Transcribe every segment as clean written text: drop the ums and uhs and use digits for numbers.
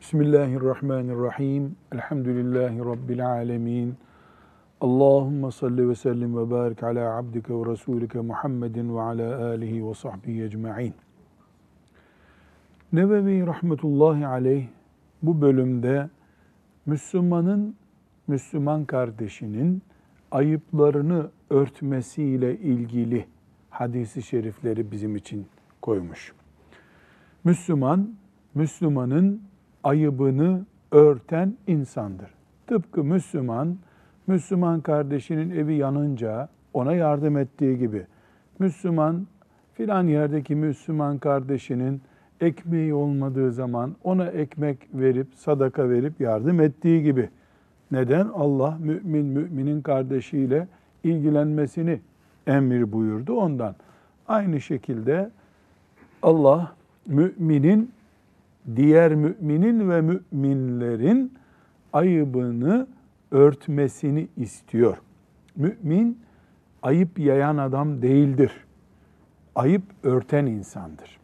Bismillahirrahmanirrahim. Elhamdülillahi Rabbil alemin. Allahümme salli ve sellim ve barik ala abdike ve rasulike Muhammedin ve ala alihi ve sahbihi ecma'in. Nevevi rahmetullahi aleyh bu bölümde Müslüman kardeşinin ayıplarını örtmesiyle ilgili hadisi şerifleri bizim için koymuş. Müslümanın ayıbını örten insandır. Tıpkı Müslüman kardeşinin evi yanınca ona yardım ettiği gibi, filan yerdeki Müslüman kardeşinin ekmeği olmadığı zaman ona ekmek verip, sadaka verip yardım ettiği gibi. Neden? Allah müminin kardeşiyle ilgilenmesini emir buyurdu ondan. Aynı şekilde Allah diğer müminin ve müminlerin ayıbını örtmesini istiyor. Mümin ayıp yayan adam değildir. Ayıp örten insandır.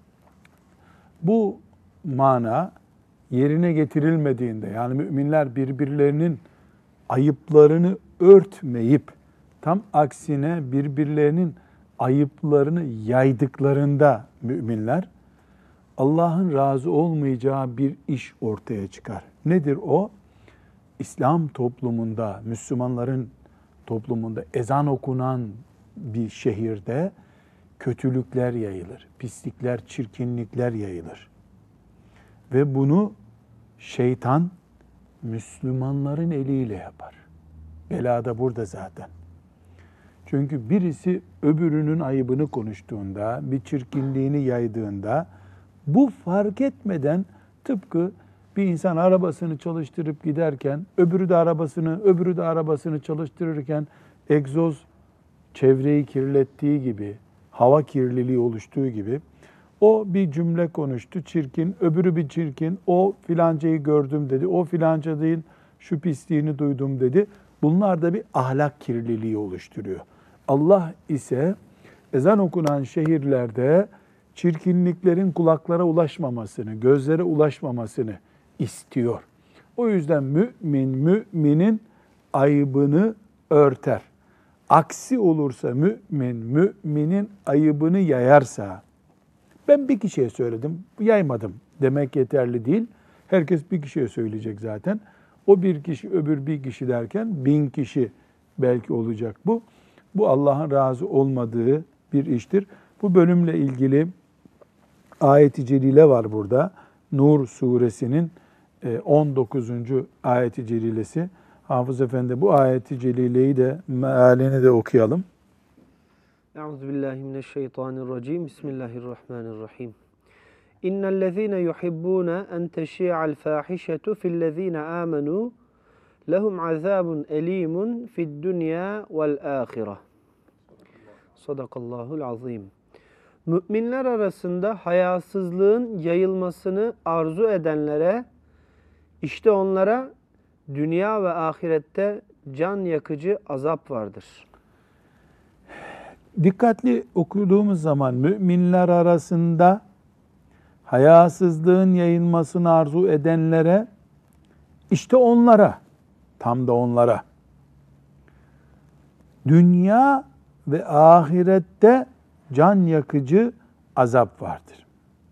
Bu mana yerine getirilmediğinde, yani müminler birbirlerinin ayıplarını örtmeyip tam aksine birbirlerinin ayıplarını yaydıklarında müminler Allah'ın razı olmayacağı bir iş ortaya çıkar. Nedir o? İslam toplumunda, Müslümanların toplumunda ezan okunan bir şehirde kötülükler yayılır, pislikler, çirkinlikler yayılır. Ve bunu şeytan Müslümanların eliyle yapar. Bela da burada zaten. Çünkü birisi öbürünün ayıbını konuştuğunda, bir çirkinliğini yaydığında, bu fark etmeden tıpkı bir insan arabasını çalıştırıp giderken, öbürü de arabasını çalıştırırken egzoz çevreyi kirlettiği gibi, hava kirliliği oluştuğu gibi, o bir cümle konuştu, çirkin, öbürü bir çirkin, o filancayı gördüm dedi, o filanca değil, şu pisliğini duydum dedi. Bunlar da bir ahlak kirliliği oluşturuyor. Allah ise ezan okunan şehirlerde çirkinliklerin kulaklara ulaşmamasını, gözlere ulaşmamasını istiyor. O yüzden müminin ayıbını örter. Aksi olursa müminin ayıbını yayarsa, ben bir kişiye söyledim, yaymadım demek yeterli değil. Herkes bir kişiye söyleyecek zaten. O bir kişi, öbür bir kişi derken 1000 kişi belki olacak bu. Bu Allah'ın razı olmadığı bir iştir. Bu bölümle ilgili ayet-i celile var burada. Nur suresinin 19. ayet-i celilesi. Hafız Efendi bu ayet-i celileyi de mealini de okuyalım. Euzubillahimineşşeytanirracim. Bismillahirrahmanirrahim. İnnellezîne yuhibbûne en teşî'al fâhişetu fillezîne âmenû lehum azâbun elîmun fid-dünya vel-âkhireh. Sadakallahul azîm. Müminler arasında hayasızlığın yayılmasını arzu edenlere, işte onlara dünya ve ahirette can yakıcı azap vardır. Dikkatli okuduğumuz zaman müminler arasında hayasızlığın yayılmasını arzu edenlere, işte onlara, tam da onlara, dünya ve ahirette can yakıcı azap vardır.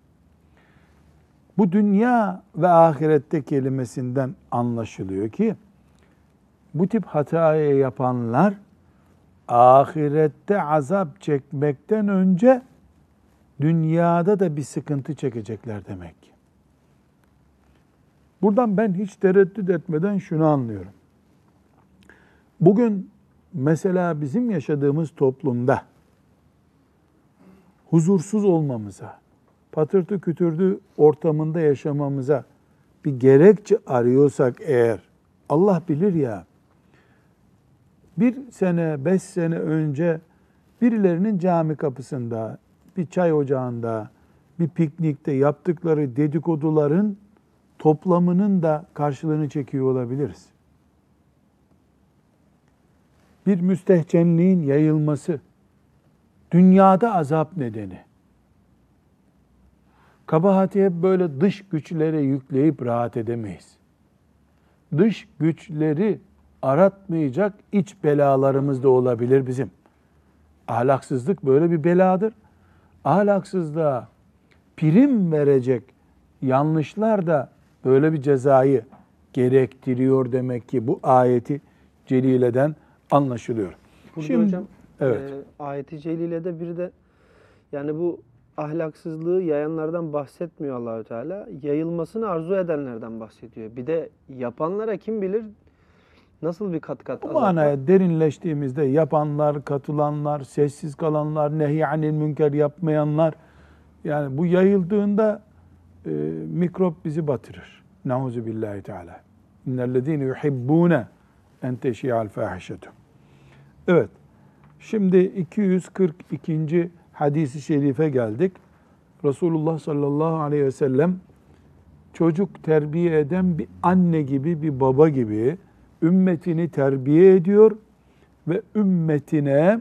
Bu dünya ve ahirette kelimesinden anlaşılıyor ki, bu tip hatayı yapanlar, ahirette azap çekmekten önce, dünyada da bir sıkıntı çekecekler demek. Buradan ben hiç tereddüt etmeden şunu anlıyorum. Bugün mesela bizim yaşadığımız toplumda huzursuz olmamıza, patırtı kütürdü ortamında yaşamamıza bir gerekçe arıyorsak eğer, Allah bilir ya, 1 sene, 5 sene önce birilerinin cami kapısında, bir çay ocağında, bir piknikte yaptıkları dedikoduların toplamının da karşılığını çekiyor olabiliriz. Bir müstehcenliğin yayılması, dünyada azap nedeni. Kabahati hep böyle dış güçlere yükleyip rahat edemeyiz. Dış güçleri aratmayacak iç belalarımız da olabilir bizim. Ahlaksızlık böyle bir beladır. Ahlaksızlığa prim verecek yanlışlar da böyle bir cezayı gerektiriyor demek ki bu ayeti celileden anlaşılıyor. Burada Şimdi, hocam evet. ayet-i celile'de bir de yani bu ahlaksızlığı yayanlardan bahsetmiyor Allahü Teala. Yayılmasını arzu edenlerden bahsediyor. Bir de yapanlara kim bilir nasıl bir kat kat Bu azap var. manaya derinleştiğimizde yapanlar, katılanlar, sessiz kalanlar, nehy-anil münker yapmayanlar, yani bu yayıldığında mikrop bizi batırır. Nauzu billahi teala. İnnellezîne yuhibbûne en teşî'al fâhişetu. Evet. Şimdi 242. hadis-i şerife geldik. Resulullah sallallahu aleyhi ve sellem çocuk terbiye eden bir anne gibi, bir baba gibi ümmetini terbiye ediyor ve ümmetine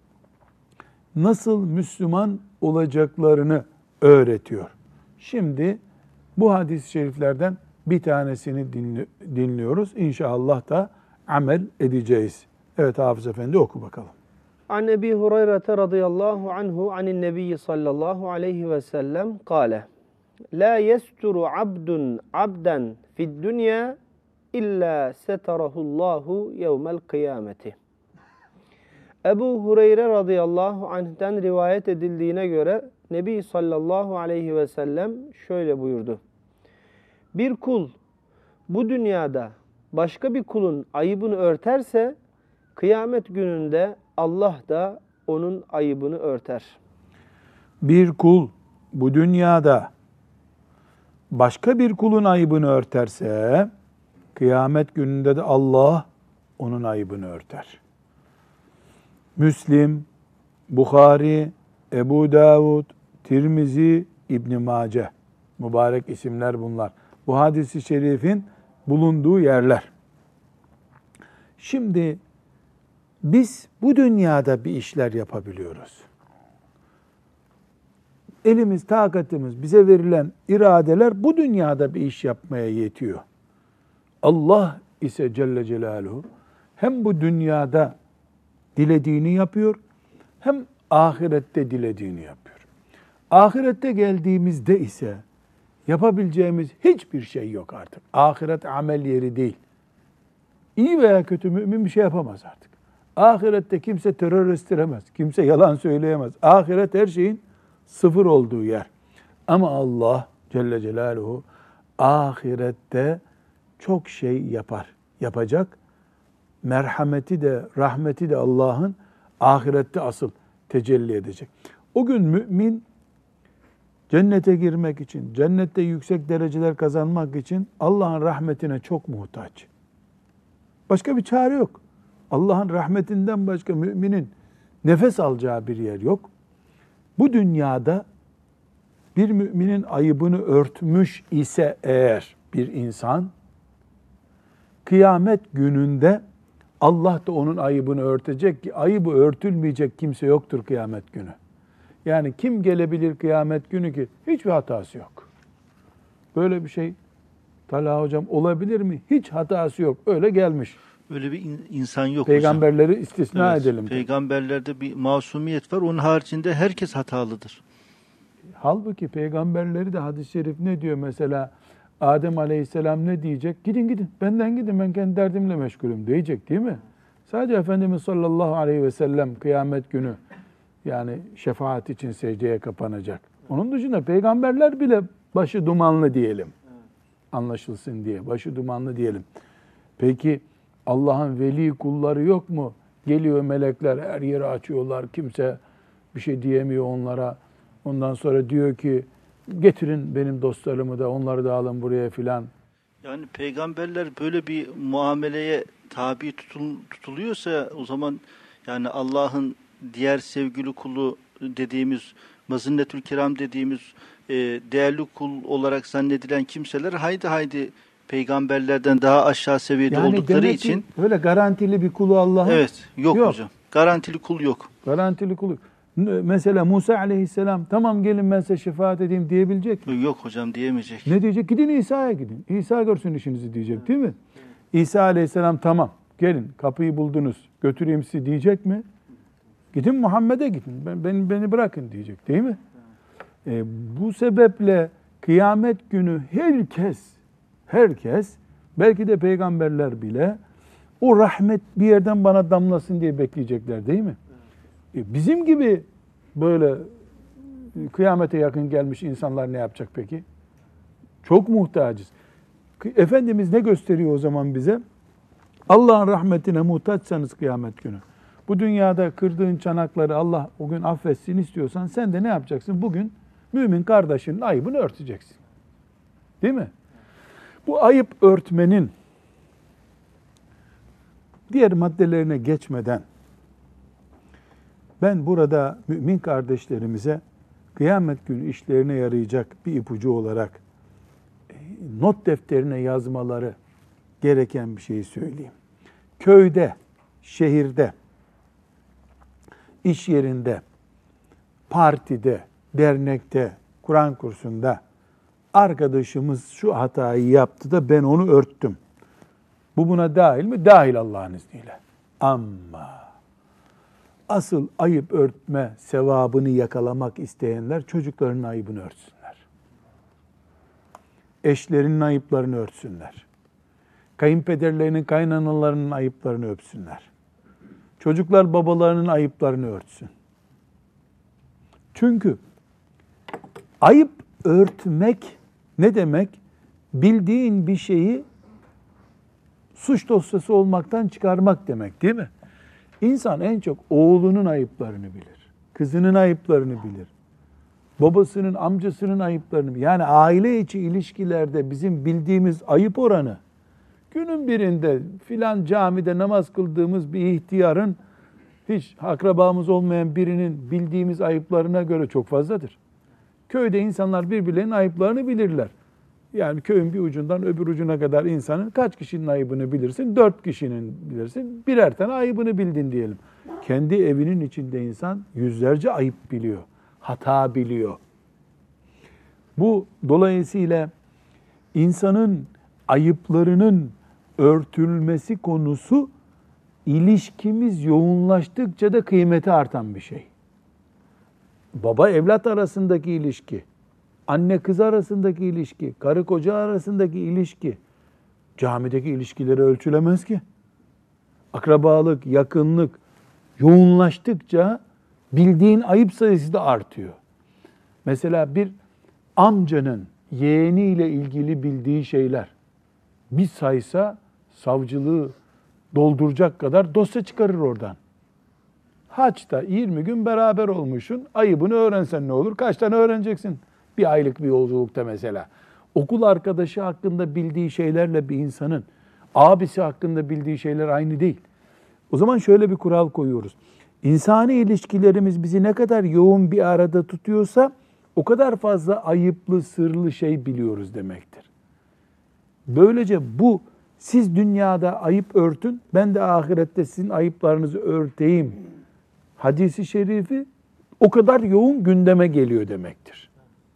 nasıl Müslüman olacaklarını öğretiyor. Şimdi bu hadis-i şeriflerden bir tanesini dinliyoruz. İnşallah da amel edeceğiz. Evet Hafız Efendi oku bakalım. An Ebi Hureyre radıyallahu anhu anin nebiyyi sallallahu aleyhi ve sellem kâle la yesturu abdun abden fid dünya illa setarahullahu yevmel kıyameti. Ebu Hureyre radıyallahu anh'ten rivayet edildiğine göre Nebi sallallahu aleyhi ve sellem şöyle buyurdu. Bir kul bu dünyada başka bir kulun ayıbını örterse kıyamet gününde Allah da onun ayıbını örter. Bir kul bu dünyada başka bir kulun ayıbını örterse kıyamet gününde de Allah onun ayıbını örter. Müslim, Bukhari, Ebu Davud, Tirmizi, İbn Mace. Mübarek isimler bunlar. Bu hadis-i şerifin bulunduğu yerler. Şimdi biz bu dünyada bir işler yapabiliyoruz. Elimiz, takatimiz, bize verilen iradeler bu dünyada bir iş yapmaya yetiyor. Allah ise Celle Celaluhu hem bu dünyada dilediğini yapıyor, hem ahirette dilediğini yapıyor. Ahirette geldiğimizde ise yapabileceğimiz hiçbir şey yok artık. Ahiret amel yeri değil. İyi veya kötü mümin bir şey yapamaz artık. Ahirette kimse terör estiremez, kimse yalan söyleyemez. Ahiret her şeyin sıfır olduğu yer. Ama Allah Celle Celaluhu ahirette çok şey yapar, yapacak. Merhameti de, rahmeti de Allah'ın ahirette asıl tecelli edecek. O gün mümin cennete girmek için, cennette yüksek dereceler kazanmak için Allah'ın rahmetine çok muhtaç. Başka bir çare yok. Allah'ın rahmetinden başka müminin nefes alacağı bir yer yok. Bu dünyada bir müminin ayıbını örtmüş ise eğer bir insan, kıyamet gününde Allah da onun ayıbını örtecek ki ayıbı örtülmeyecek kimse yoktur kıyamet günü. Yani kim gelebilir kıyamet günü ki hiçbir hatası yok. Böyle bir şey Talha hocam olabilir mi? Hiç hatası yok. Öyle gelmiş. Öyle bir insan yok Peygamberleri hocam. istisna Evet, edelim. Peygamberlerde bir masumiyet var. Onun haricinde herkes hatalıdır. Halbuki peygamberleri de hadis-i şerif ne diyor mesela? Adem Aleyhisselam ne diyecek? Gidin benden gidin, ben kendi derdimle meşgulüm diyecek değil mi? Sadece Efendimiz sallallahu aleyhi ve sellem kıyamet günü yani şefaat için secdeye kapanacak. Onun dışında peygamberler bile başı dumanlı diyelim. Anlaşılsın diye başı dumanlı diyelim. Peki Allah'ın veli kulları yok mu? Geliyor melekler, her yeri açıyorlar, kimse bir şey diyemiyor onlara. Ondan sonra diyor ki getirin benim dostlarımı da, onları da alın buraya filan. Yani peygamberler böyle bir muameleye tabi tutuluyorsa o zaman yani Allah'ın diğer sevgili kulu dediğimiz, mazinnetül kiram dediğimiz değerli kul olarak zannedilen kimseler haydi peygamberlerden daha aşağı seviyede yani oldukları için böyle garantili bir kulu Allah'ın evet yok hocam. Garantili kul yok. Garantili kul. Mesela Musa aleyhisselam tamam gelin ben size şefaat edeyim diyebilecek mi? Yok hocam diyemeyecek. Ne diyecek? Gidin İsa'ya gidin. İsa görsün işinizi diyecek değil mi? İsa aleyhisselam tamam gelin kapıyı buldunuz götüreyim sizi diyecek mi? Gidin Muhammed'e gidin. Beni bırakın diyecek değil mi? Bu sebeple kıyamet günü herkes belki de peygamberler bile o rahmet bir yerden bana damlasın diye bekleyecekler değil mi? Bizim gibi böyle kıyamete yakın gelmiş insanlar ne yapacak peki? Çok muhtacız. Efendimiz ne gösteriyor o zaman bize? Allah'ın rahmetine muhtaçsanız kıyamet günü. Bu dünyada kırdığın çanakları Allah o gün affetsin istiyorsan sen de ne yapacaksın? Bugün mümin kardeşinin ayıbını örteceksin. Değil mi? Bu ayıp örtmenin diğer maddelerine geçmeden ben burada mümin kardeşlerimize kıyamet günü işlerine yarayacak bir ipucu olarak not defterine yazmaları gereken bir şeyi söyleyeyim. Köyde, şehirde, iş yerinde, partide, dernekte, Kur'an kursunda arkadaşımız şu hatayı yaptı da ben onu örttüm. Bu buna dahil mi? Dahil Allah'ın izniyle. Ama asıl ayıp örtme sevabını yakalamak isteyenler çocuklarının ayıbını örtsünler. Eşlerinin ayıplarını örtsünler. Kayınpederlerinin, kaynanalarının ayıplarını öpsünler. Çocuklar babalarının ayıplarını örtsün. Çünkü ayıp örtmek ne demek? Bildiğin bir şeyi suç dosyası olmaktan çıkarmak demek değil mi? İnsan en çok oğlunun ayıplarını bilir. Kızının ayıplarını bilir. Babasının, amcasının ayıplarını bilir. Yani aile içi ilişkilerde bizim bildiğimiz ayıp oranı günün birinde filan camide namaz kıldığımız bir ihtiyarın hiç akrabamız olmayan birinin bildiğimiz ayıplarına göre çok fazladır. Köyde insanlar birbirlerinin ayıplarını bilirler. Yani köyün bir ucundan öbür ucuna kadar insanın kaç kişinin ayıbını bilirsin? 4 kişinin bilirsin. Birer tane ayıbını bildin diyelim. Kendi evinin içinde insan yüzlerce ayıp biliyor. Hata biliyor. Bu dolayısıyla insanın ayıplarının örtülmesi konusu ilişkimiz yoğunlaştıkça da kıymeti artan bir şey. Baba evlat arasındaki ilişki, anne kız arasındaki ilişki, karı koca arasındaki ilişki camideki ilişkileri ölçülemez ki. Akrabalık, yakınlık yoğunlaştıkça bildiğin ayıp sayısı da artıyor. Mesela bir amcanın yeğeniyle ilgili bildiği şeyler bir saysa savcılığı dolduracak kadar dosya çıkarır oradan. Haçta 20 gün beraber olmuşsun. Ayıbını öğrensen ne olur? Kaç tane öğreneceksin? Bir aylık bir yolculukta mesela. Okul arkadaşı hakkında bildiği şeylerle bir insanın abisi hakkında bildiği şeyler aynı değil. O zaman şöyle bir kural koyuyoruz. İnsani ilişkilerimiz bizi ne kadar yoğun bir arada tutuyorsa o kadar fazla ayıplı, sırlı şey biliyoruz demektir. Böylece bu siz dünyada ayıp örtün, ben de ahirette sizin ayıplarınızı örteyim hadisi şerifi o kadar yoğun gündeme geliyor demektir.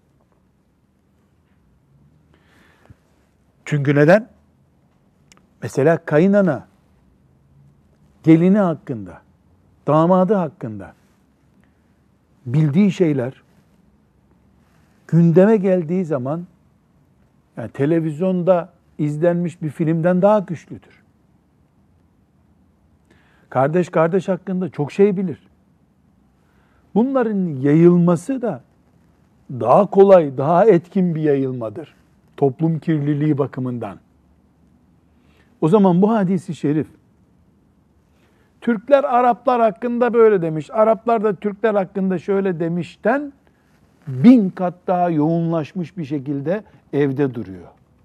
Çünkü neden? Mesela kaynana, gelini hakkında, damadı hakkında bildiği şeyler gündeme geldiği zaman yani televizyonda izlenmiş bir filmden daha güçlüdür. Kardeş kardeş hakkında çok şey bilir. Bunların yayılması da daha kolay, daha etkin bir yayılmadır. Toplum kirliliği bakımından. O zaman bu hadisi şerif, Türkler Araplar hakkında böyle demiş, Araplar da Türkler hakkında şöyle demişten 1000 kat daha yoğunlaşmış bir şekilde evde duruyor.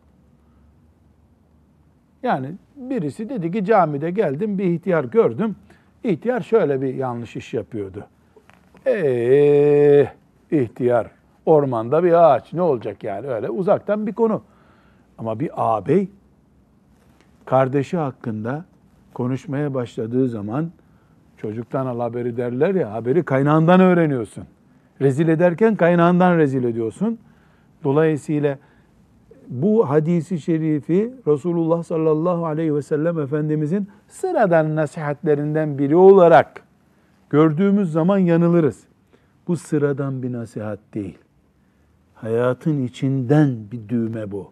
Yani birisi dedi ki camide geldim bir ihtiyar gördüm. İhtiyar şöyle bir yanlış iş yapıyordu. İhtiyar ormanda bir ağaç ne olacak yani öyle uzaktan bir konu. Ama bir ağabey kardeşi hakkında konuşmaya başladığı zaman Çocuktan al haberi derler ya, haberi kaynağından öğreniyorsun. Rezil ederken kaynağından rezil ediyorsun. Dolayısıyla bu hadisi şerifi Resulullah sallallahu aleyhi ve sellem Efendimizin sıradan nasihatlerinden biri olarak gördüğümüz zaman yanılırız. Bu sıradan bir nasihat değil. Hayatın içinden bir düğme bu.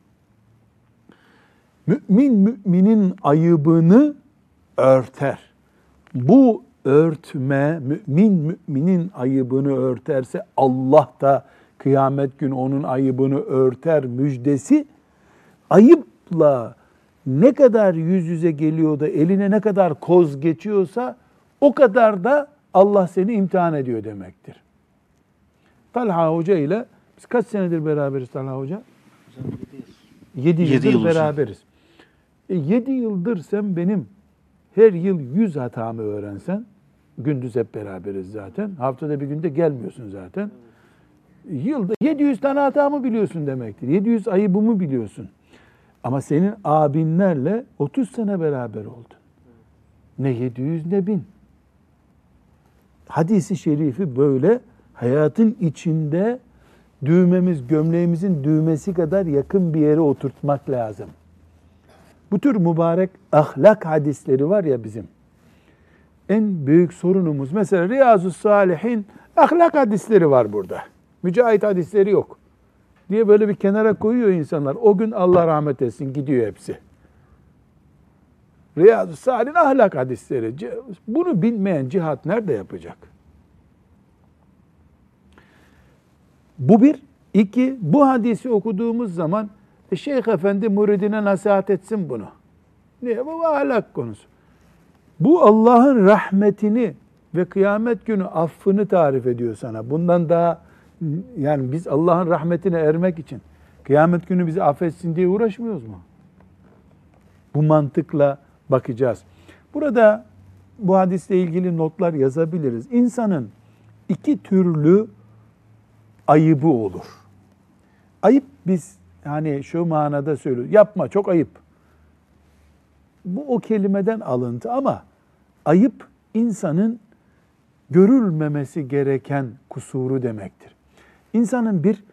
Mümin müminin ayıbını örter. Bu örtme, mümin müminin ayıbını örterse Allah da kıyamet günü onun ayıbını örter müjdesi, ayıpla ne kadar yüz yüze geliyor da eline ne kadar koz geçiyorsa o kadar da Allah seni imtihan ediyor demektir. Talha Hoca ile biz kaç senedir beraberiz Talha Hoca? 7 yıldır beraberiz. 7 yıldır sen benim her yıl 100 hatamı öğrensen, gündüz hep beraberiz zaten, haftada bir günde gelmiyorsun zaten. Yılda 700 tane hatamı biliyorsun demektir. 700 ayıbımı biliyorsun. Ama senin abinlerle 30 sene beraber oldun. Ne 700 ne 1000. Hadis-i şerifi böyle hayatın içinde düğmemiz, gömleğimizin düğmesi kadar yakın bir yere oturtmak lazım. Bu tür mübarek ahlak hadisleri var ya bizim. En büyük sorunumuz mesela Riyazu Salihin ahlak hadisleri var burada. Mücahit hadisleri yok diye böyle bir kenara koyuyor insanlar. O gün Allah rahmet etsin gidiyor hepsi. Riyazu Salihin ahlak hadisleri. Bunu bilmeyen cihat nerede yapacak? Bu bir. İki, bu hadisi okuduğumuz zaman Şeyh Efendi muridine nasihat etsin bunu. Niye? Bu ahlak konusu. Bu Allah'ın rahmetini ve kıyamet günü affını tarif ediyor sana. Bundan daha, yani biz Allah'ın rahmetine ermek için kıyamet günü bizi affetsin diye uğraşmıyoruz mu? Bu mantıkla bakacağız. Burada bu hadisle ilgili notlar yazabiliriz. İnsanın iki türlü ayıbı olur. Ayıp biz yani şu manada söylüyoruz. Yapma, çok ayıp. Bu o kelimeden alıntı ama ayıp insanın görülmemesi gereken kusuru demektir. İnsanın bir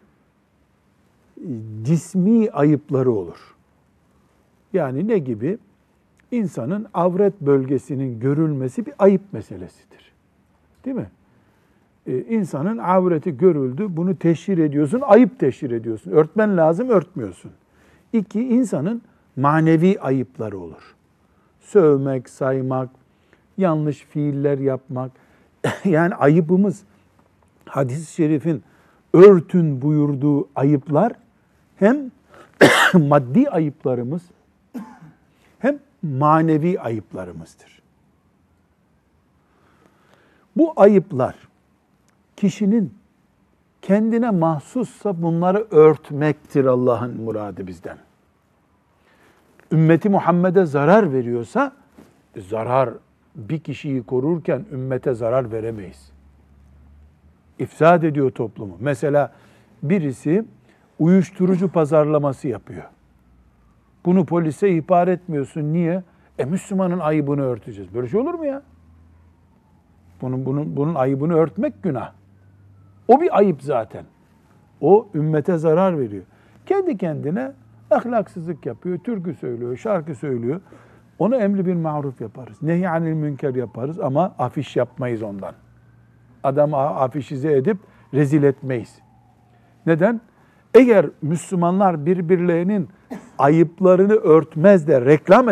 cismi ayıpları olur. Yani ne gibi? İnsanın avret bölgesinin görülmesi bir ayıp meselesidir. Değil mi? İnsanın avreti görüldü, bunu teşhir ediyorsun, ayıp teşhir ediyorsun. Örtmen lazım, örtmüyorsun. İki, insanın manevi ayıpları olur. Sövmek, saymak, yanlış fiiller yapmak. Yani ayıbımız, hadis-i şerifin örtün buyurduğu ayıplar hem maddi ayıplarımız hem manevi ayıplarımızdır. Bu ayıplar kişinin kendine mahsussa bunları örtmektir Allah'ın muradı bizden. Ümmeti Muhammed'e zarar veriyorsa, zarar bir kişiyi korurken ümmete zarar veremeyiz. İfsad ediyor toplumu. Mesela birisi uyuşturucu pazarlaması yapıyor. Bunu polise ihbar etmiyorsun. Niye? Müslümanın ayıbını örteceğiz. Böyle şey olur mu ya? Bunun ayıbını örtmek günah. O bir ayıp zaten. O ümmete zarar veriyor. Kendi kendine ahlaksızlık yapıyor, türkü söylüyor, şarkı söylüyor. Onu emri bil maruf yaparız. Nehy-i münker yaparız ama afiş yapmayız ondan. Adamı afişize edip rezil etmeyiz. Neden? Eğer Müslümanlar birbirlerinin ayıplarını örtmez de reklam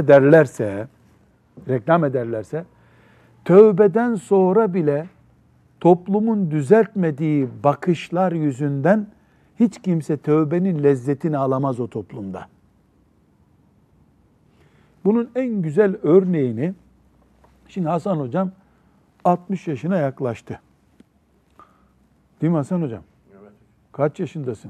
ederlerse, tövbeden sonra bile toplumun düzeltmediği bakışlar yüzünden hiç kimse tövbenin lezzetini alamaz o toplumda. Bunun en güzel örneğini, şimdi Hasan Hocam 60 yaşına yaklaştı. Değil mi Hasan Hocam? Evet. Kaç yaşındasın?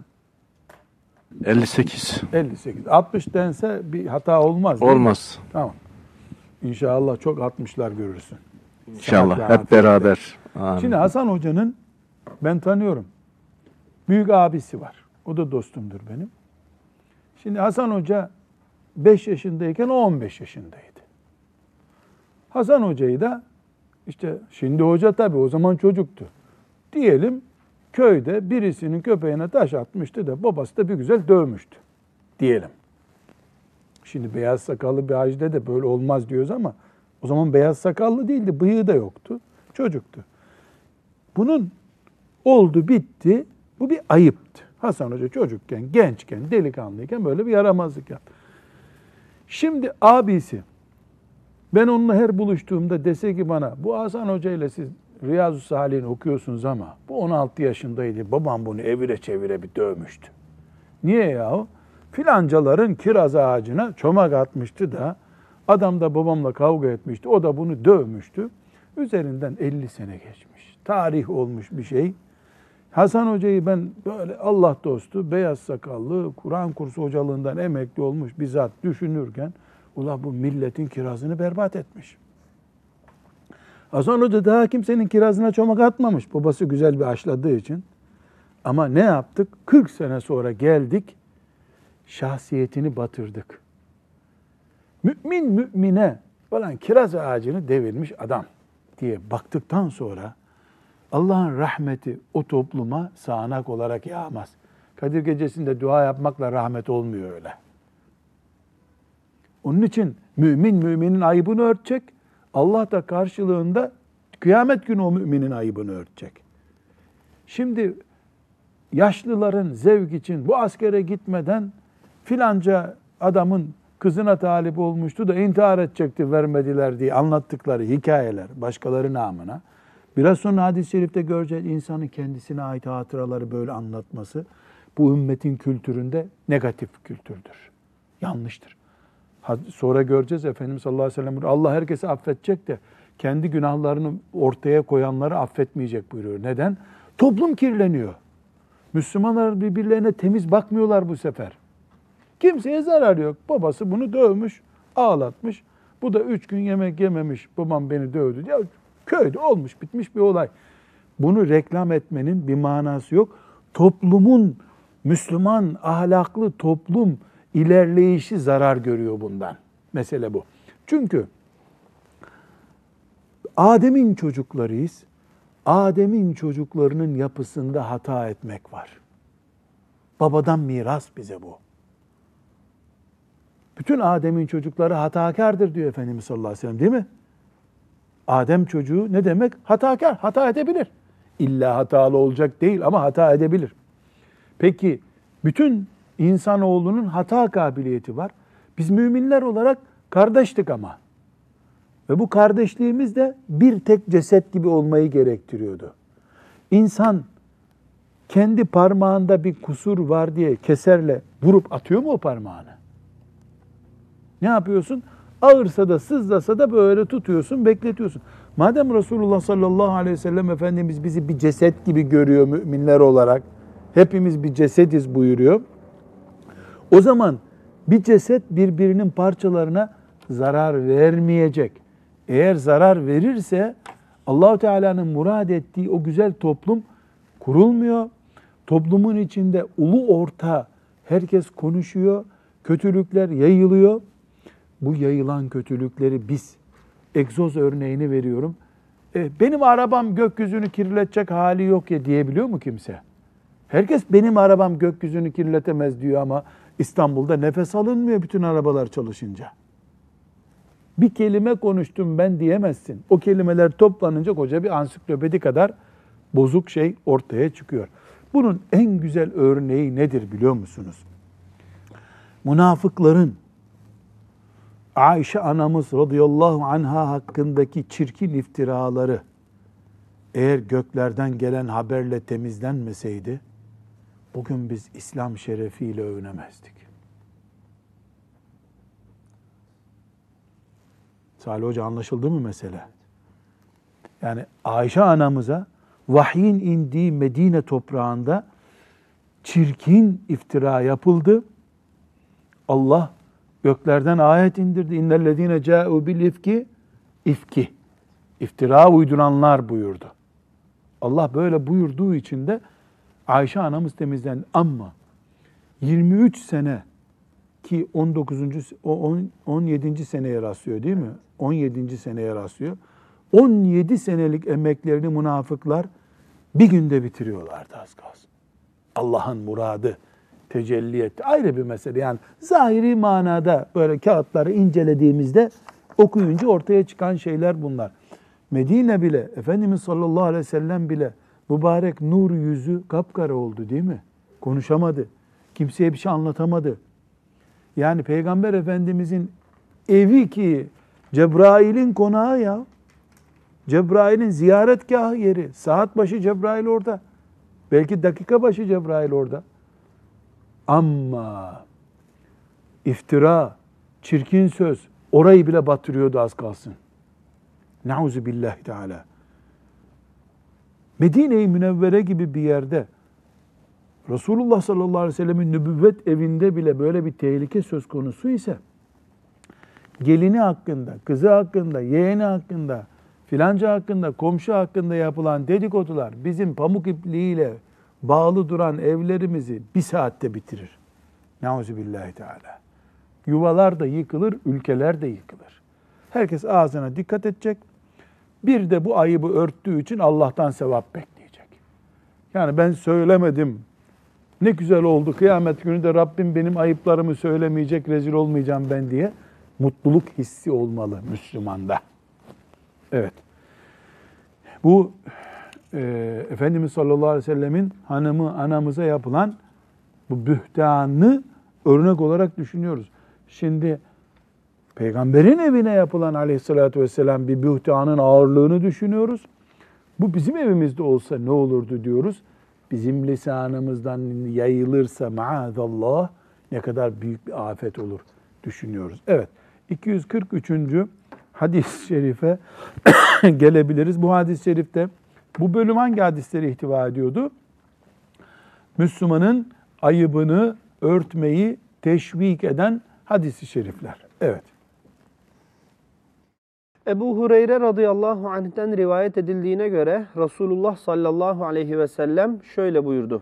58. 58. 60 dense bir hata olmaz. Olmaz. Tamam. İnşallah çok 60'lar görürsün. İnşallah hep beraber. Amin. Şimdi Hasan Hoca'nın ben tanıyorum. Büyük abisi var. O da dostumdur benim. Şimdi Hasan Hoca 5 yaşındayken o 15 yaşındaydı. Hasan Hoca'yı da İşte şimdi hoca tabii o zaman çocuktu. Diyelim köyde birisinin köpeğine taş atmıştı da babası da bir güzel dövmüştü. Diyelim. Şimdi beyaz sakallı bir hacide de böyle olmaz diyoruz ama o zaman beyaz sakallı değildi, bıyığı da yoktu. Çocuktu. Bunun oldu bitti. Bu bir ayıptı. Hasan Hoca çocukken, gençken, delikanlıyken böyle bir yaramazlık yaptı. Şimdi abisi, ben onunla her buluştuğumda dese ki bana, bu Hasan Hoca ile siz Riyazu Salih'in okuyorsunuz ama bu 16 yaşındaydı. Babam bunu evire çevire bir dövmüştü. Niye yahu? Filancaların kiraz ağacına çomak atmıştı da adam da babamla kavga etmişti. O da bunu dövmüştü. Üzerinden 50 sene geçmiş. Tarih olmuş bir şey. Hasan Hoca'yı ben böyle Allah dostu, beyaz sakallı, Kur'an kursu hocalığından emekli olmuş bir zat düşünürken ula bu milletin kirazını berbat etmiş. Hasan Hoca daha kimsenin kirazına çomak atmamış. Babası güzel bir aşladığı için. Ama ne yaptık? 40 sene sonra geldik, şahsiyetini batırdık. Mümine falan kiraz ağacını devirmiş adam diye baktıktan sonra Allah'ın rahmeti o topluma sağanak olarak yağmaz. Kadir Gecesi'nde dua yapmakla rahmet olmuyor öyle. Onun için müminin ayıbını örtecek. Allah da karşılığında kıyamet günü o müminin ayıbını örtecek. Şimdi yaşlıların zevk için bu askere gitmeden filanca adamın kızına talip olmuştu da intihar edecekti vermediler diye anlattıkları hikayeler başkaları namına. Biraz sonra hadis-i şerifte göreceğiz insanın kendisine ait hatıraları böyle anlatması bu ümmetin kültüründe negatif kültürdür. Yanlıştır. Sonra göreceğiz Efendimiz sallallahu aleyhi ve sellem Allah herkesi affedecek de kendi günahlarını ortaya koyanları affetmeyecek buyuruyor. Neden? Toplum kirleniyor. Müslümanlar birbirlerine temiz bakmıyorlar bu sefer. Kimseye zarar yok. Babası bunu dövmüş, ağlatmış. Bu da 3 gün yemek yememiş. Babam beni dövdü. Ya köyde olmuş, bitmiş bir olay. Bunu reklam etmenin bir manası yok. Toplumun, Müslüman, ahlaklı toplum ilerleyişi zarar görüyor bundan. Mesele bu. Çünkü Adem'in çocuklarıyız. Adem'in çocuklarının yapısında hata etmek var. Babadan miras bize bu. Bütün Adem'in çocukları hatakardır diyor Efendimiz sallallahu aleyhi ve sellem değil mi? Adem çocuğu ne demek? Hatakar, hata edebilir. İlla hatalı olacak değil ama hata edebilir. Peki bütün insanoğlunun hata kabiliyeti var. Biz müminler olarak kardeştik ama. Ve bu kardeşliğimiz de bir tek ceset gibi olmayı gerektiriyordu. İnsan kendi parmağında bir kusur var diye keserle vurup atıyor mu o parmağını? Ne yapıyorsun? Ağırsa da sızlasa da böyle tutuyorsun, bekletiyorsun. Madem Resulullah sallallahu aleyhi ve sellem Efendimiz bizi bir ceset gibi görüyor müminler olarak, hepimiz bir cesediz buyuruyor. O zaman bir ceset birbirinin parçalarına zarar vermeyecek. Eğer zarar verirse Allah-u Teala'nın murad ettiği o güzel toplum kurulmuyor. Toplumun içinde ulu orta herkes konuşuyor, kötülükler yayılıyor. Bu yayılan kötülükleri biz, egzoz örneğini veriyorum. Benim arabam gökyüzünü kirletecek hali yok ya diyebiliyor mu kimse? Herkes benim arabam gökyüzünü kirletemez diyor ama İstanbul'da nefes alınmıyor bütün arabalar çalışınca. Bir kelime konuştum ben diyemezsin. O kelimeler toplanınca koca bir ansiklopedi kadar bozuk şey ortaya çıkıyor. Bunun en güzel örneği nedir biliyor musunuz? Münafıkların Ayşe anamız radıyallahu anha hakkındaki çirkin iftiraları eğer göklerden gelen haberle temizlenmeseydi bugün biz İslam şerefiyle övünemezdik. Salih Hoca anlaşıldı mı mesele? Yani Ayşe anamıza vahyin indiği Medine toprağında çirkin iftira yapıldı. Allah göklerden ayet indirdi. İnnellezîne câ'û bil ifki. İftira uyduranlar buyurdu. Allah böyle buyurduğu için de Ayşe anamız temizlendi. Ama 23 sene ki 17. seneye rastlıyor değil mi? 17. seneye rastlıyor. 17 senelik emeklerini münafıklar bir günde bitiriyorlardı az kalsın. Allah'ın muradı tecelli etti. Ayrı bir mesele. Yani zahiri manada böyle kağıtları incelediğimizde okuyunca ortaya çıkan şeyler bunlar. Medine bile, Efendimiz sallallahu aleyhi ve sellem bile mübarek nur yüzü kapkara oldu değil mi? Konuşamadı. Kimseye bir şey anlatamadı. Yani Peygamber Efendimizin evi ki Cebrail'in konağı ya. Cebrail'in ziyaretgahı yeri. Saat başı Cebrail orada. Belki dakika başı Cebrail orada. Ama iftira, çirkin söz orayı bile batırıyordu az kalsın. Nauzu billahi teala. Medine-i Münevvere gibi bir yerde Resulullah sallallahu aleyhi ve sellemin nübüvvet evinde bile böyle bir tehlike söz konusu ise gelini hakkında, kızı hakkında, yeğeni hakkında, filanca hakkında, komşu hakkında yapılan dedikodular bizim pamuk ipliğiyle bağlı duran evlerimizi bir saatte bitirir. Nauzubillahi teala. Yuvalar da yıkılır, ülkeler de yıkılır. Herkes ağzına dikkat edecek. Bir de bu ayıbı örttüğü için Allah'tan sevap bekleyecek. Yani ben söylemedim, ne güzel oldu, kıyamet günü de Rabbim benim ayıplarımı söylemeyecek, rezil olmayacağım ben diye mutluluk hissi olmalı Müslümanda. Evet. Bu Efendimiz sallallahu aleyhi ve sellemin hanımı anamıza yapılan bu bühtanı örnek olarak düşünüyoruz. Şimdi Peygamberin evine yapılan aleyhissalatü vesselam bir bühtanın ağırlığını düşünüyoruz. Bu bizim evimizde olsa ne olurdu diyoruz. Bizim lisanımızdan yayılırsa maazallah ne kadar büyük bir afet olur düşünüyoruz. Evet, 243. hadis-i şerife gelebiliriz. Bu hadis-i şerifte bu bölüm hangi hadisleri ihtiva ediyordu? Müslümanın ayıbını örtmeyi teşvik eden hadis-i şerifler. Evet. Ebu Hureyre radıyallahu anh'ten rivayet edildiğine göre Resulullah sallallahu aleyhi ve sellem şöyle buyurdu.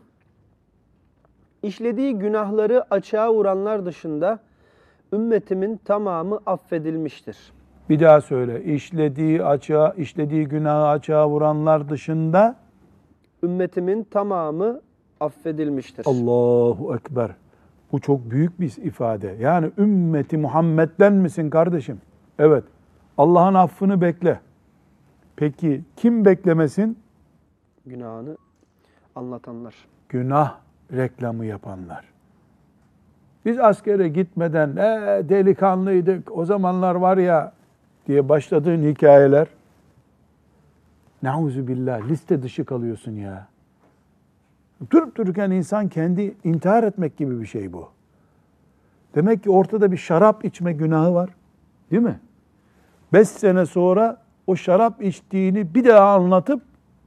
İşlediği günahları açığa vuranlar dışında ümmetimin tamamı affedilmiştir. Bir daha söyle. İşlediği günahı açığa vuranlar dışında ümmetimin tamamı affedilmiştir. Allahu Ekber. Bu çok büyük bir ifade. Yani ümmeti Muhammed'den misin kardeşim? Evet. Allah'ın affını bekle. Peki kim beklemesin? Günahını anlatanlar. Günah reklamı yapanlar. Biz askere gitmeden delikanlıydık, o zamanlar var ya diye başladığın hikayeler, neuzubillah, liste dışı kalıyorsun ya. Durup dururken insan kendi intihar etmek gibi bir şey bu. Demek ki ortada bir şarap içme günahı var. Değil mi? 5 sene sonra o şarap içtiğini bir daha anlatıp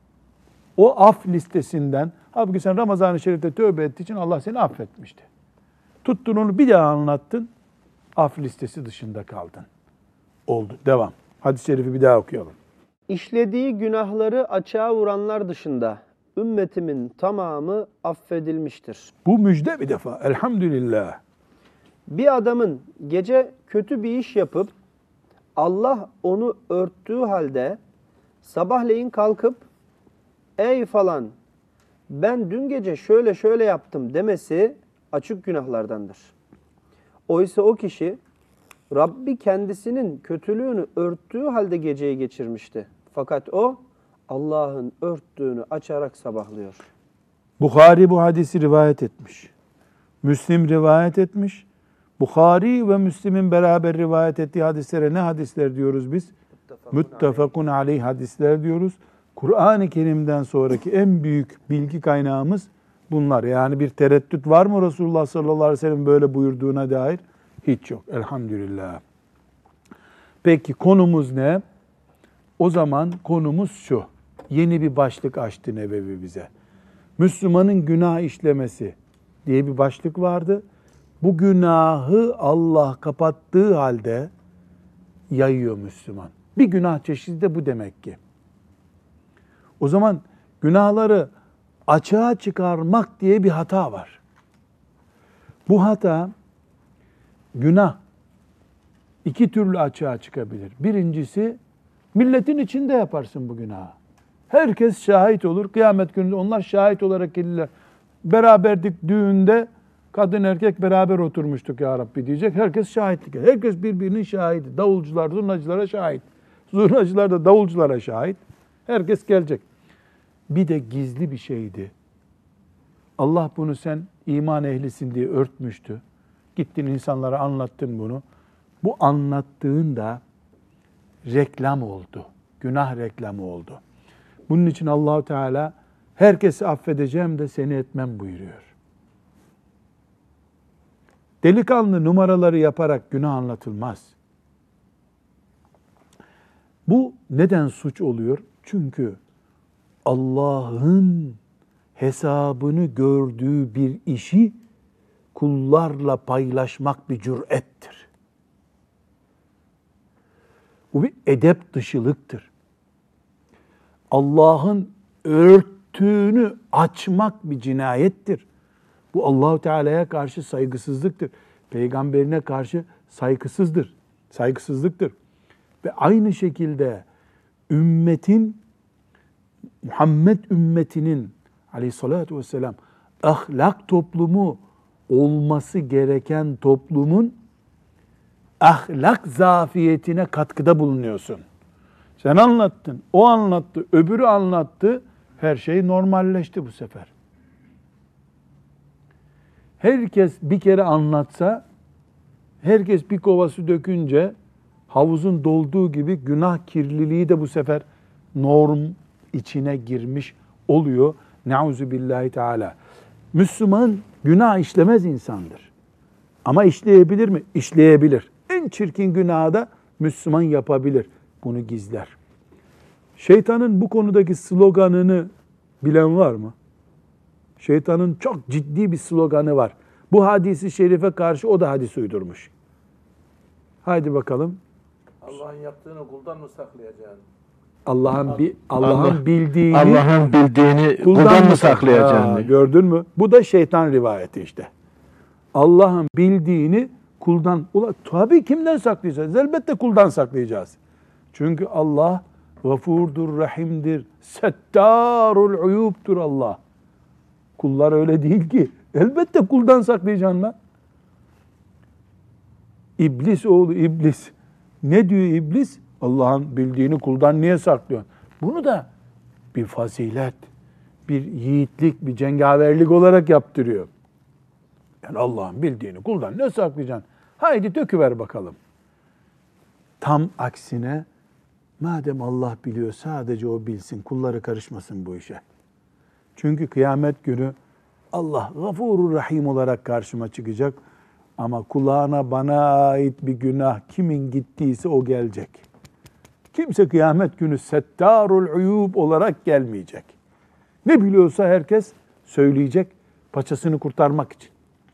o af listesinden, halbuki sen Ramazan-ı Şerif'te tövbe ettiğin için Allah seni affetmişti. Tuttun onu bir daha anlattın, af listesi dışında kaldın. Oldu. Devam. Hadis-i şerifi bir daha okuyalım. İşlediği günahları açığa vuranlar dışında ümmetimin tamamı affedilmiştir. Bu müjde bir defa. Elhamdülillah. Bir adamın gece kötü bir iş yapıp Allah onu örttüğü halde sabahleyin kalkıp ey falan ben dün gece şöyle şöyle yaptım demesi açık günahlardandır. Oysa o kişi Rabbi kendisinin kötülüğünü örttüğü halde geceyi geçirmişti. Fakat o Allah'ın örttüğünü açarak sabahlıyor. Bukhari bu hadisi rivayet etmiş. Müslim rivayet etmiş. Bukhari ve Müslim'in beraber rivayet ettiği hadislere ne hadisler diyoruz biz? Muttefakun aleyh hadisler diyoruz. Kur'an-ı Kerim'den sonraki en büyük bilgi kaynağımız bunlar. Yani bir tereddüt var mı Resulullah sallallahu aleyhi ve sellem böyle buyurduğuna dair? Hiç yok. Elhamdülillah. Peki konumuz ne? O zaman konumuz şu. Yeni bir başlık açtı Nebevi bize. Müslümanın günah işlemesi diye bir başlık vardı. Bu günahı Allah kapattığı halde yayıyor Müslüman. Bir günah çeşidi de bu demek ki. O zaman günahları açığa çıkarmak diye bir hata var. Bu hata, günah iki türlü açığa çıkabilir. Birincisi Milletin içinde yaparsın bu günahı. Herkes şahit olur. Kıyamet gününde onlar şahit olarak gelirler. Beraberdik düğünde, kadın erkek beraber oturmuştuk ya Rabbi diyecek. Herkes şahitlik. Herkes birbirinin şahidi. Davulcular zurnacılara şahit. Zurnacılar da davulculara şahit. Herkes gelecek. Bir de gizli bir şeydi. Allah bunu sen iman ehlisin diye örtmüştü. Gittin insanlara anlattın bunu. Bu anlattığın da reklam oldu. Günah reklamı oldu. Bunun için Allah-u Teala herkesi affedeceğim de seni etmem buyuruyor. Delikanlı numaraları yaparak günah anlatılmaz. Bu neden suç oluyor? Çünkü Allah'ın hesabını gördüğü bir işi kullarla paylaşmak bir cürettir. Bu bir edep dışılıktır. Allah'ın örttüğünü açmak bir cinayettir. Bu Allah-u Teala'ya karşı saygısızlıktır. Peygamberine karşı saygısızlıktır. Ve aynı şekilde Muhammed ümmetinin aleyhissalatü vesselam ahlak toplumu olması gereken toplumun ahlak zafiyetine katkıda bulunuyorsun. Sen anlattın, o anlattı, öbürü anlattı. Her şey normalleşti bu sefer. Herkes bir kere anlatsa, herkes bir kova su dökünce havuzun dolduğu gibi günah kirliliği de bu sefer norm içine girmiş oluyor. Nauzu billahi teala. Müslüman günah işlemez insandır. Ama işleyebilir mi? İşleyebilir. En çirkin günahı da Müslüman yapabilir. Bunu gizler. Şeytanın bu konudaki sloganını bilen var mı? Şeytanın çok ciddi bir sloganı var. Bu hadisi şerife karşı o da hadis uydurmuş. Haydi bakalım. Allah'ın yaptığını kuldan mı saklayacaksın? Allah'ın bildiğini kuldan mı saklayacaksın? Gördün mü? Bu da şeytan rivayeti işte. Allah'ın bildiğini kuldan, tabii kimden saklayacağız? Elbette kuldan saklayacağız. Çünkü Allah gafurdur, rahimdir, settarul uyubdur Allah. Kullar öyle değil ki. Elbette kuldan saklayacaksın lan. İblis oğlu iblis. Ne diyor iblis? Allah'ın bildiğini kuldan niye saklıyorsun? Bunu da bir fazilet, bir yiğitlik, bir cengaverlik olarak yaptırıyor. Yani Allah'ın bildiğini kuldan ne saklayacaksın? Haydi döküver bakalım. Tam aksine, madem Allah biliyor sadece o bilsin, kulları karışmasın bu işe. Çünkü kıyamet günü Allah Gafurur Rahim olarak karşıma çıkacak. Ama kulağına bana ait bir günah kimin gittiyse o gelecek. Kimse kıyamet günü Settarul Uyub olarak gelmeyecek. Ne biliyorsa herkes söyleyecek paçasını kurtarmak için.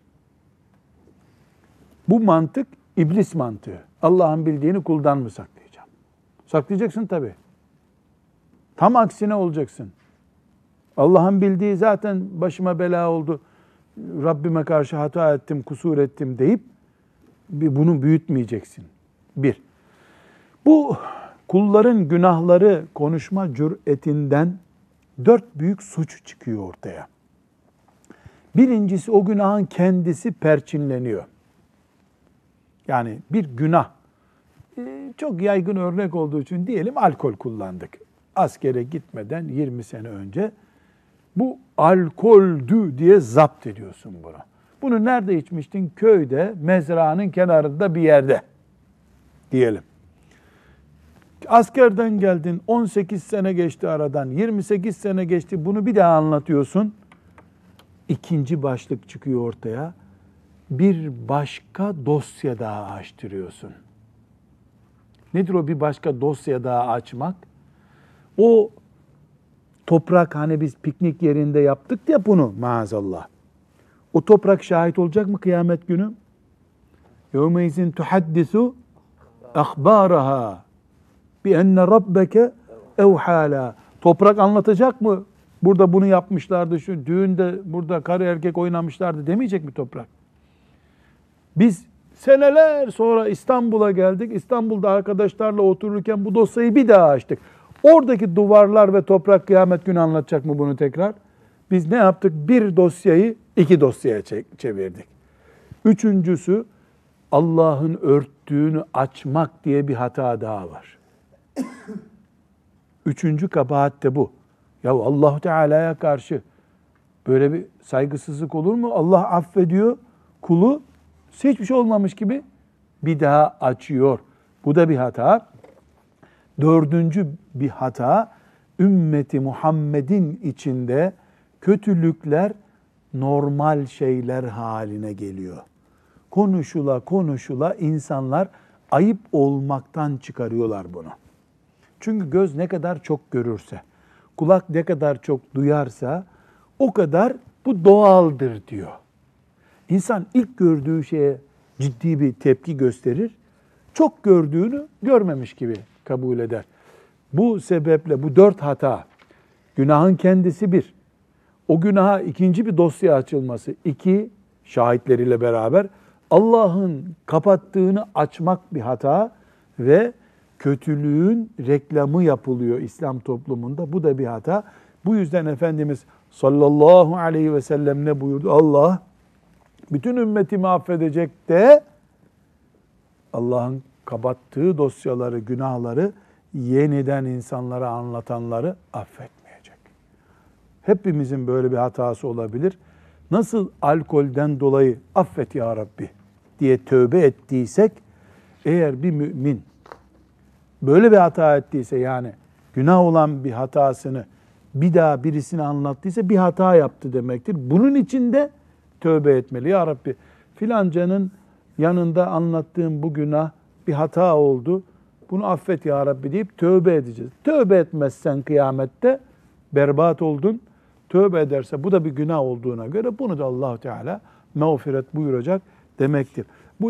Bu mantık iblis mantığı. Allah'ın bildiğini kuldan mı saklayacağım? Saklayacaksın tabii. Tam aksine olacaksın. Allah'ın bildiği zaten başıma bela oldu. Rabbime karşı hata ettim, kusur ettim deyip bunu büyütmeyeceksin. Bir. Bu kulların günahları konuşma cüretinden 4 büyük suç çıkıyor ortaya. Birincisi, o günahın kendisi perçinleniyor. Yani bir günah, çok yaygın örnek olduğu için diyelim alkol kullandık. Askere gitmeden 20 sene önce bu alkoldü diye zapt ediyorsun bunu. Bunu nerede içmiştin? Köyde, mezranın kenarında bir yerde diyelim. Askerden geldin, 18 sene geçti aradan, 28 sene geçti, bunu bir daha anlatıyorsun. İkinci başlık çıkıyor ortaya. Bir başka dosya daha açtırıyorsun. Nedir o bir başka dosya daha açmak? O toprak, hani biz piknik yerinde yaptık ya bunu maazallah. O toprak şahit olacak mı kıyamet günü? يَوْمَيْزٍ تُحَدِّثُ اَخْبَارَهَا بِاَنَّ رَبَّكَ اَوْحَالًا. Toprak anlatacak mı? Burada bunu yapmışlardı, şu düğünde burada karı erkek oynamışlardı demeyecek mi toprak? Biz seneler sonra İstanbul'a geldik. İstanbul'da arkadaşlarla otururken bu dosyayı bir daha açtık. Oradaki duvarlar ve toprak kıyamet günü anlatacak mı bunu tekrar? Biz ne yaptık? Bir dosyayı iki dosyaya çevirdik. Üçüncüsü, Allah'ın örttüğünü açmak diye bir hata daha var. Üçüncü kabahat de bu. Ya Allah Teala'ya karşı böyle bir saygısızlık olur mu? Allah affediyor kulu, hiçbir şey olmamış gibi bir daha açıyor. Bu da bir hata. Dördüncü bir hata, ümmeti Muhammed'in içinde kötülükler normal şeyler haline geliyor. Konuşula konuşula insanlar ayıp olmaktan çıkarıyorlar bunu. Çünkü göz ne kadar çok görürse, kulak ne kadar çok duyarsa o kadar bu doğaldır diyor. İnsan ilk gördüğü şeye ciddi bir tepki gösterir, çok gördüğünü görmemiş gibi kabul eder. Bu sebeple bu dört hata, günahın kendisi bir, o günaha ikinci bir dosya açılması, iki, şahitleriyle beraber Allah'ın kapattığını açmak bir hata ve kötülüğün reklamı yapılıyor İslam toplumunda. Bu da bir hata. Bu yüzden Efendimiz sallallahu aleyhi ve sellem ne buyurdu? Allah bütün ümmetimi affedecek de Allah'ın kapattığı dosyaları, günahları yeniden insanlara anlatanları affetmeyecek. Hepimizin böyle bir hatası olabilir. Nasıl alkolden dolayı affet ya Rabbi diye tövbe ettiysek, eğer bir mümin böyle bir hata ettiyse, yani günah olan bir hatasını bir daha birisine anlattıysa bir hata yaptı demektir. Bunun için de tövbe etmeli. Ya Rabbi filancanın yanında anlattığım bu günah bir hata oldu. Bunu affet ya Rabbi deyip tövbe edeceğiz. Tövbe etmezsen kıyamette berbat oldun. Tövbe ederse bu da bir günah olduğuna göre bunu da Allah Teala mağfiret buyuracak demektir. Bu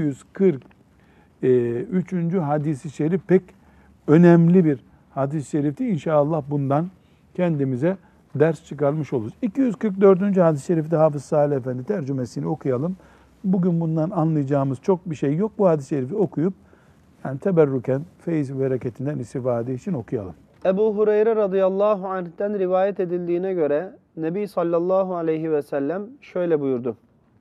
243. hadis-i şerif pek önemli bir hadis-i şerifti. İnşallah bundan kendimize ders çıkarmış oluruz. 244. hadis-i şerifte Hafız Salih Efendi tercümesini okuyalım. Bugün bundan anlayacağımız çok bir şey yok. Bu hadis-i şerifi okuyup yani teberrüken, feyiz ve bereketinden istifade için okuyalım. Ebu Hureyre radıyallahu anh'ten rivayet edildiğine göre Nebi sallallahu aleyhi ve sellem şöyle buyurdu.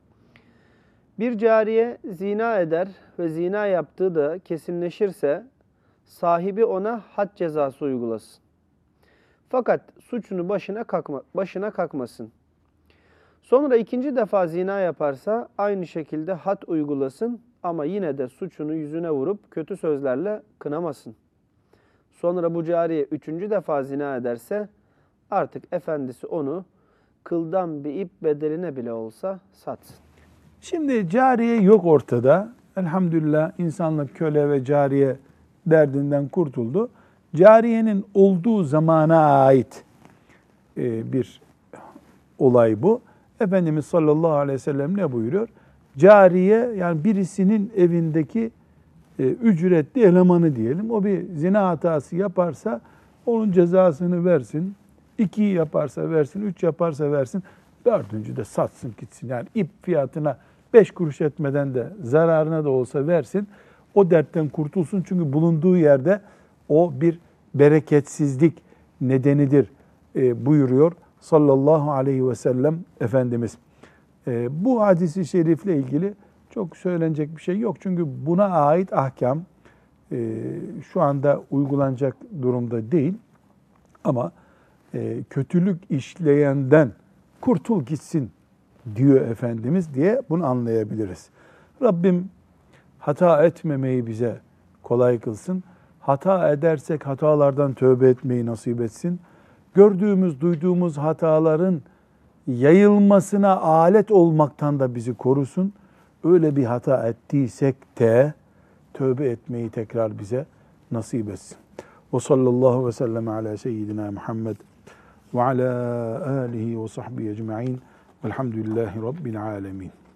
Bir cariye zina eder ve zina yaptığı da kesinleşirse sahibi ona had cezası uygulasın. Fakat suçunu başına kakmasın. Sonra ikinci defa zina yaparsa aynı şekilde had uygulasın ama yine de suçunu yüzüne vurup kötü sözlerle kınamasın. Sonra bu cariye üçüncü defa zina ederse artık efendisi onu kıldan bir ip bedeline bile olsa satsın. Şimdi cariye yok ortada. Elhamdülillah insanlık köle ve cariye derdinden kurtuldu. Cariyenin olduğu zamana ait bir olay bu. Efendimiz sallallahu aleyhi ve sellem ne buyuruyor? Cariye, yani birisinin evindeki ücretli elemanı diyelim. O bir zina hatası yaparsa onun cezasını versin. 2 yaparsa versin, 3 yaparsa versin. 4. de satsın gitsin. Yani ip fiyatına 5 kuruş etmeden de zararına da olsa versin. O dertten kurtulsun. Çünkü bulunduğu yerde o bir bereketsizlik nedenidir buyuruyor sallallahu aleyhi ve sellem Efendimiz. Bu hadisi şerifle ilgili çok söylenecek bir şey yok. Çünkü buna ait ahkam şu anda uygulanacak durumda değil. Ama kötülük işleyenden kurtul gitsin diyor Efendimiz diye bunu anlayabiliriz. Rabbim hata etmemeyi bize kolay kılsın. Hata edersek hatalardan tövbe etmeyi nasip etsin. Gördüğümüz, duyduğumuz hataların yayılmasına alet olmaktan da bizi korusun. Öyle bir hata ettiysek de tövbe etmeyi tekrar bize nasip etsin. Ve sallallahu ve sellem ala seyyidina Muhammed ve ala alihi ve sahbihi ecma'in velhamdülillahi rabbil alemin.